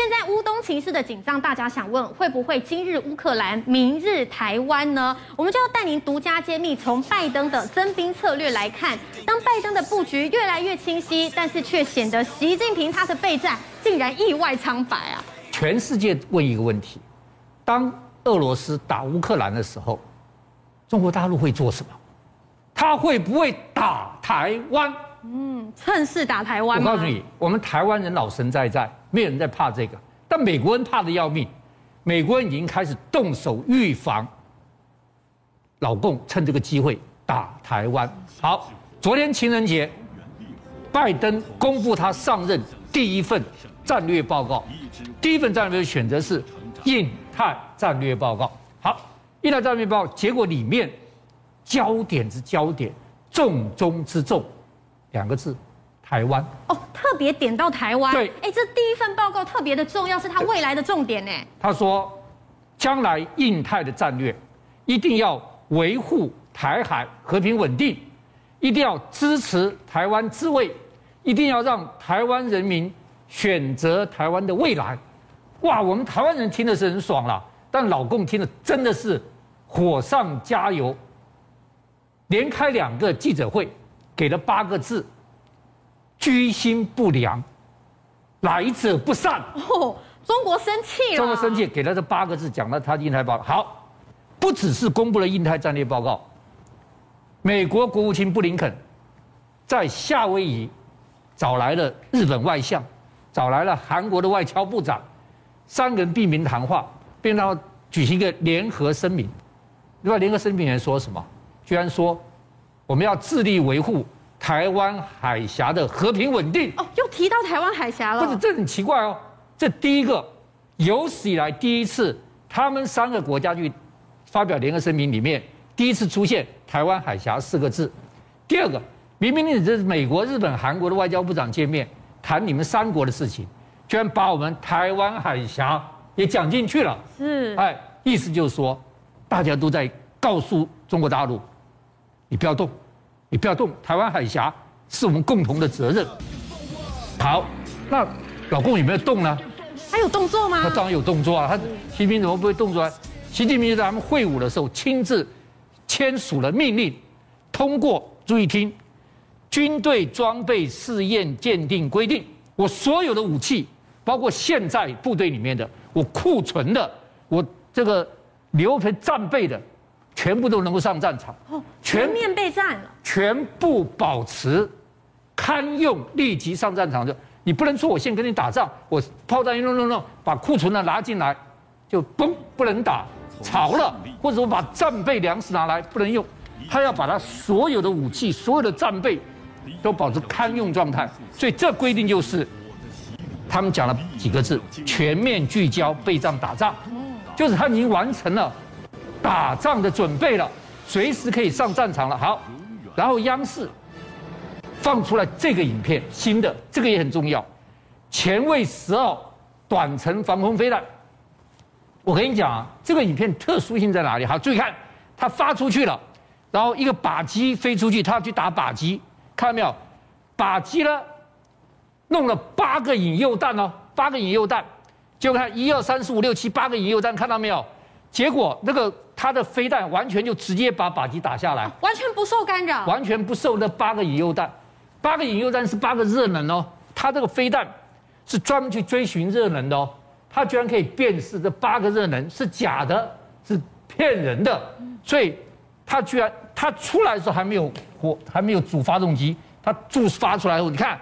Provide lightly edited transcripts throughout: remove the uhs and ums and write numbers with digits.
现在乌东情势的紧张，大家想问会不会今日乌克兰，明日台湾呢？我们就要带您独家揭秘，从拜登的增兵策略来看，当拜登的布局越来越清晰，但是却显得习近平他的备战竟然意外苍白啊！ 全世界问一个问题：当俄罗斯打乌克兰的时候，中国大陆会做什么？他会不会打台湾？ 趁势打台湾吗？ 我告诉你，我们台湾人老神在在，没有人在怕这个。但美国人怕得要命，美国人已经开始动手预防老共趁这个机会打台湾。好，昨天情人节，拜登公布他上任第一份战略报告，第一份战略选择是印太战略报告。好，印太战略报告结果里面焦点之焦点，重中之重。2个字，台湾哦，特别点到台湾。 对， 这第一份报告特别的重要，是它未来的重点呢。 他说，将来印太的战略一定要维护台海和平稳定，一定要支持台湾自卫，一定要让台湾人民选择台湾的未来。哇，我们台湾人听的是很爽啦，但老共听的真的是火上加油，连开2个记者会。给了8个字：居心不良，来者不善。 哦，中国生气了。 中国生气，给了这8个字，讲了他印太报告。好，不只是公布了印太战略报告，美国国务卿布林肯在夏威夷找来了日本外相，找来了韩国的外交部长，3个人闭门谈话，并让举行一个联合声明。另外，联合声明人说什么？居然说，我们要致力维护台湾海峡的和平稳定。 哦，又提到台湾海峡了。 不是，这很奇怪哦。这第一个有史以来第一次，他们3个国家去发表联合声明里面，第一次出现台湾海峡4个字。第二个，明明你这是美国、日本、韩国的外交部长见面，谈你们3国的事情，居然把我们台湾海峡也讲进去了。 是， 意思就是说，大家都在告诉中国大陆。你不要动，你不要动，台湾海峡是我们共同的责任。好，那老共有没有动呢？ 他有动作吗？ 他当然有动作啊！习近平怎么不会动作啊？习近平就在他们会晤的时候亲自签署了命令，通过。注意听，军队装备试验鉴定规定，我所有的武器，包括现在部队里面的，我库存的，我这个留存战备的。全部都能够上战场， 全面备战了， 全部保持堪用，立即上战场。就你不能说我现在跟你打仗，我炮弹弄，把库存的拿进来，就嘣不能打，吵了，或者我把战备粮食拿来不能用，他要把他所有的武器、所有的战备都保持堪用状态。所以这规定就是，他们讲了几个字：全面聚焦备战打仗，就是他已经完成了。打仗的准备了，随时可以上战场了。好，然后央视放出来这个影片，新的，这个也很重要。前卫10号短程防空飞弹，我跟你讲啊，这个影片特殊性在哪里？好，注意看，它发出去了，然后一个靶机飞出去，它要去打靶机，看到没有？靶机呢，弄了8个引诱弹哦，8个引诱弹，就看1、2、3、4、5、6、7 8个引诱弹，看到没有？结果那个他的飞弹完全就直接把靶机打下来， 完全不受干扰， 完全不受那8个引诱弹。8个引诱弹是8个热能哦，他这个飞弹是专门去追寻热能的哦，他居然可以辨识这8个热能是假的，是骗人的，所以他居然他出来的时候还没有主发动机，他注发出来后，你看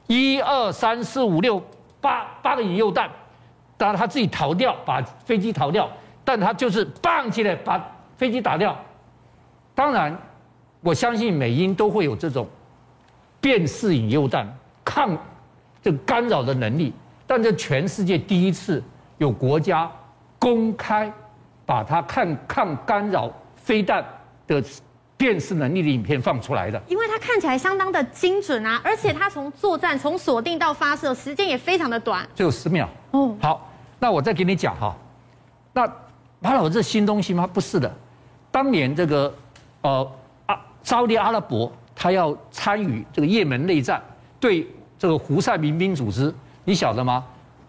1、2、3、4、5、6、8个引诱弹，当然他自己逃掉，把飞机逃掉。但他就是棒起来把飞机打掉。当然，我相信美英都会有这种辨识引诱弹、抗这个干扰的能力。但这全世界第一次有国家公开把它抗干扰飞弹的辨识能力的影片放出来的。 因为它看起来相当的精准啊，而且它从作战从锁定到发射时间也非常的短， 只有10秒。 哦， 好，那我再给你讲哈，那。马老这新东西吗？不是的，当年这个沙特阿拉伯他要参与这个也门内战，对这个胡塞民兵组织，你晓得吗？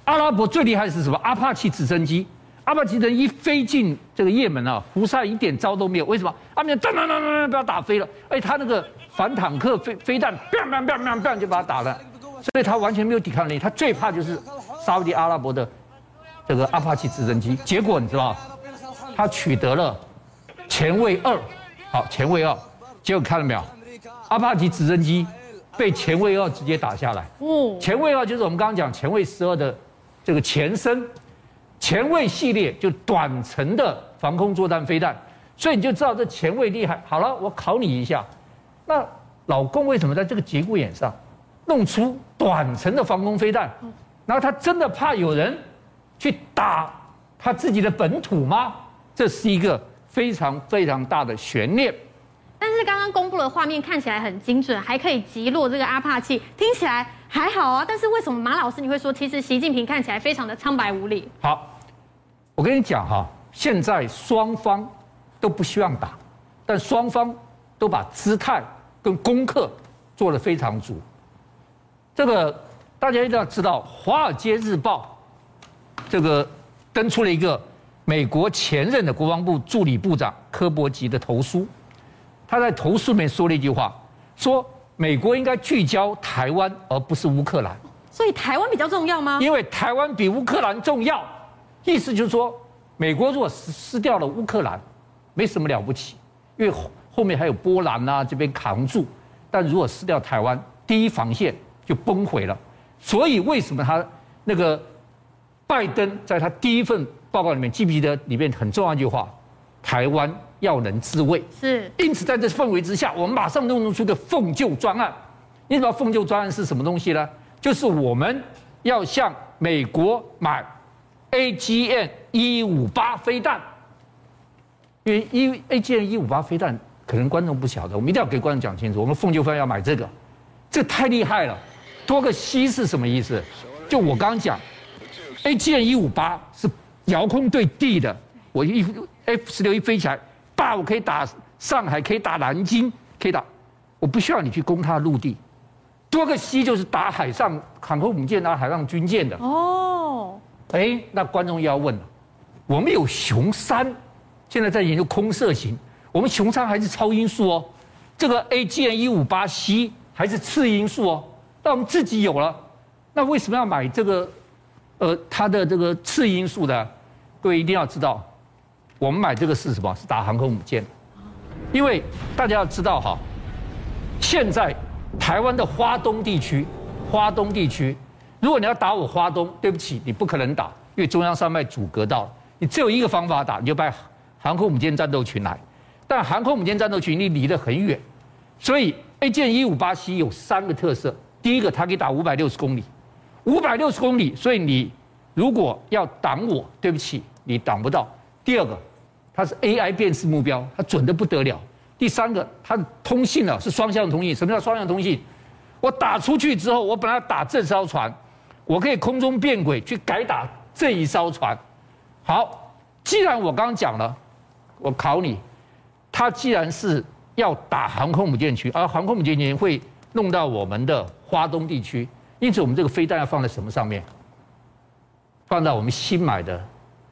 阿拉伯最厉害的是什么？阿帕奇直升机。阿帕奇直升机飞进这个也门啊，胡塞一点招都没有。为什么？他们当被他打飞了。而且他那个反坦克飞弹，bang 就把他打了。所以他完全没有抵抗力。他最怕就是沙烏地阿拉伯的这个阿帕奇直升机。结果你知道，他取得了前卫2，好，前卫2。结果看到没有？阿帕奇直升机被前卫2直接打下来。前卫2就是我们刚刚讲前卫12的这个前身。前卫系列就短程的防空作战飞弹，所以你就知道这前卫厉害。好了，我考你一下，那老共为什么在这个节骨眼上弄出短程的防空飞弹？然后他真的怕有人去打他自己的本土吗？这是一个非常非常大的悬念。 但是刚刚公布的画面看起来很精准，还可以击落这个阿帕奇，听起来还好啊。但是为什么马老师你会说，其实习近平看起来非常的苍白无力？ 好，我跟你讲哈，现在双方都不希望打，但双方都把姿态跟功课做得非常足。这个大家一定要知道，《华尔街日报》这个登出了一个美国前任的国防部助理部长柯伯吉的投书。他在投诉里面说了一句话，说美国应该聚焦台湾而不是乌克兰。 所以台湾比较重要吗？ 因为台湾比乌克兰重要，意思就是说，美国如果失掉了乌克兰，没什么了不起，因为后面还有波兰啊这边扛住。但如果失掉台湾，第一防线就崩毁了。所以为什么他那个拜登在他第一份报告里面，记不记得里面很重要一句话？台湾要能自卫， 是。 因此在这氛围之下，我们马上弄出个奉救专案。你知道奉救专案是什么东西呢？就是我们要向美国买 AGM-158飞弹，因为AGM-158飞弹可能观众不晓得，我们一定要给观众讲清楚。我们奉救方要买这个，这太厉害了。多个 C 是什么意思？就我刚刚讲 ，AGM-158是遥控对地的。我F-16一飞起来，我可以打上海，可以打南京，可以打，我不需要你去攻它的陆地。多个 C 就是打海上航空母舰、打海上军舰的。哦，那观众要问了，我们有雄3，现在在研究空射型，我们雄3还是超音速哦，这个 AGM-158C 还是次音速哦，那我们自己有了，那为什么要买这个它的这个次音速的？各位一定要知道。我们买这个是什么？是打航空母舰，因为大家要知道哈，现在台湾的花东地区，如果你要打我花东，对不起，你不可能打，因为中央山脉阻隔到了，你只有一个方法打，你就派航空母舰战斗群来，但航空母舰战斗群离得很远，所以 AGM-158C 有3个特色，第一个它可以打560公里，560公里，所以你如果要挡我，对不起，你挡不到。第二个，它是 AI 辨识目标，它准得不得了。第三个，它的通信呢是双向通信。什么叫双向通信？我打出去之后，我本来打这艘船，我可以空中变轨去改打这一艘船。好，既然我刚刚讲了，我考你，它既然是要打航空母舰群，而航空母舰群会弄到我们的花东地区，因此我们这个飞弹要放在什么上面？放在我们新买的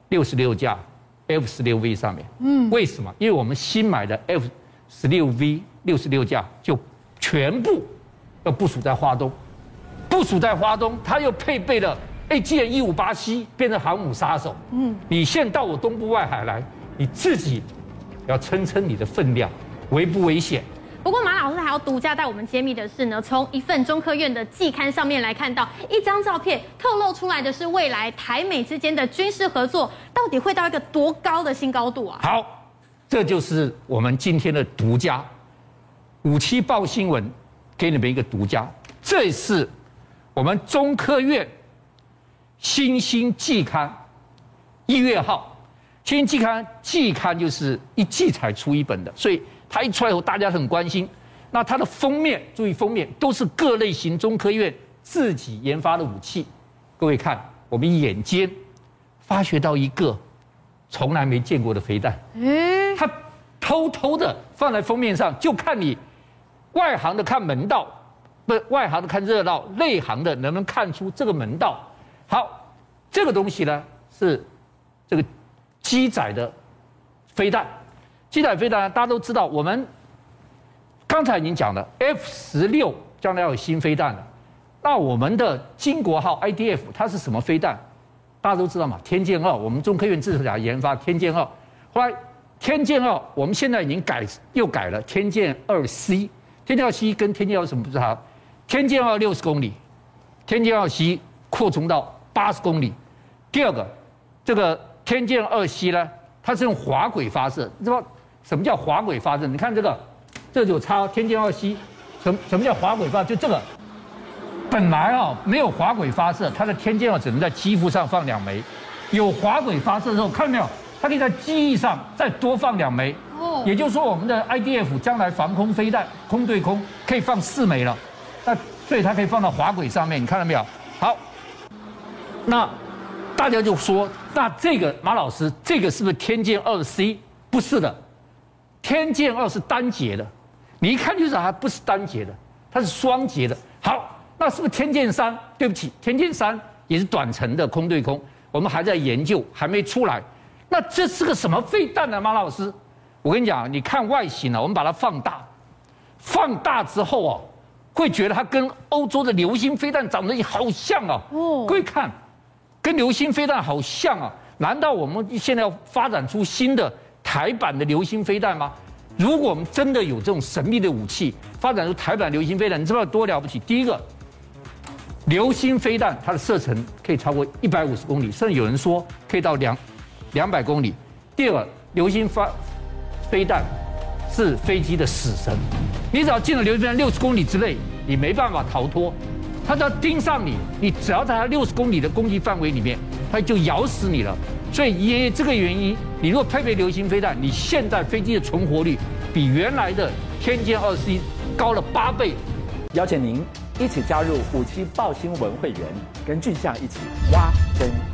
66架 F-16V 上面。为什么？因为我们新买的 F-16V 66架就全部要部署在花东，它又配备了 AGM-158C 变成航母杀手。你现到我东部外海来，你自己要称你的分量，危不危险？ 不过马老师还要独家带我们揭秘的是呢，从一份中科院的季刊上面来看到一张照片，透露出来的是未来台美之间的军事合作到底会到一个多高的新高度啊？ 好，这就是我们今天的独家57报新闻给你们一个独家，这是我们中科院新兴季刊1月号，新兴季刊就是一季才出一本的，所以它一出来以后，大家很关心。那它的封面，注意封面都是各类型中科院自己研发的武器。各位看，我们眼尖发掘到一个从来没见过的飞弹，它偷偷的放在封面上，就看你外行的看门道，不，外行的看热闹，内行的能不能看出这个门道。好， 这个东西呢是这个机载的飞弹，机载飞弹大家都知道，我们刚才已经讲了 F-16将来要有新飞弹了。那我们的经国号 IDF 它是什么飞弹？大家都知道嘛，天剑2，我们中科院自己研发天剑2，后来天剑2我们现在已经又改了天剑2C， 天剑2C跟天剑2有什么不知道？天剑2 60公里，天剑2C 扩充到80公里。第二个，这个天剑2C呢，它是用滑轨发射，你知道什么叫滑轨发射？你看这就差天剑2C，什么叫滑轨发射？就这个。本来没有滑轨发射，它的天剑2只能在机腹上放2枚，有滑轨发射之后，看到没有？它可以在机翼上再多放2枚。哦，也就是说，我们的 IDF 将来防空飞弹空对空可以放4枚了。那所以它可以放到滑轨上面，你看到没有？好，那大家就说，那这个马老师，这个是不是天剑2C？不是的，天剑2是单节的，你一看就知道它不是单节的，它是双节的。好。那是不是天剑3？对不起，天剑3也是短程的空对空，我们还在研究，还没出来。那这是个什么飞弹呢？马老师，我跟你讲，你看外形我们把它放大，放大之后会觉得它跟欧洲的流星飞弹长得好像各位看，跟流星飞弹好像啊！难道我们现在要发展出新的台版的流星飞弹吗？如果我们真的有这种神秘的武器，发展出台版流星飞弹，你知道有多了不起？第一个。流星飞弹它的射程可以超过150公里，甚至有人说可以到200公里。第二个，流星飞弹是飞机的死神，你只要进了流星飞弹60公里之内，你没办法逃脱，它只要盯上你，你只要在它60公里的攻击范围里面，它就咬死你了。所以因为这个原因，你如果配备流星飞弹，你现在飞机的存活率比原来的天剑2C高了8倍。 邀请您一起加入57爆新闻会员，跟俊相一起挖真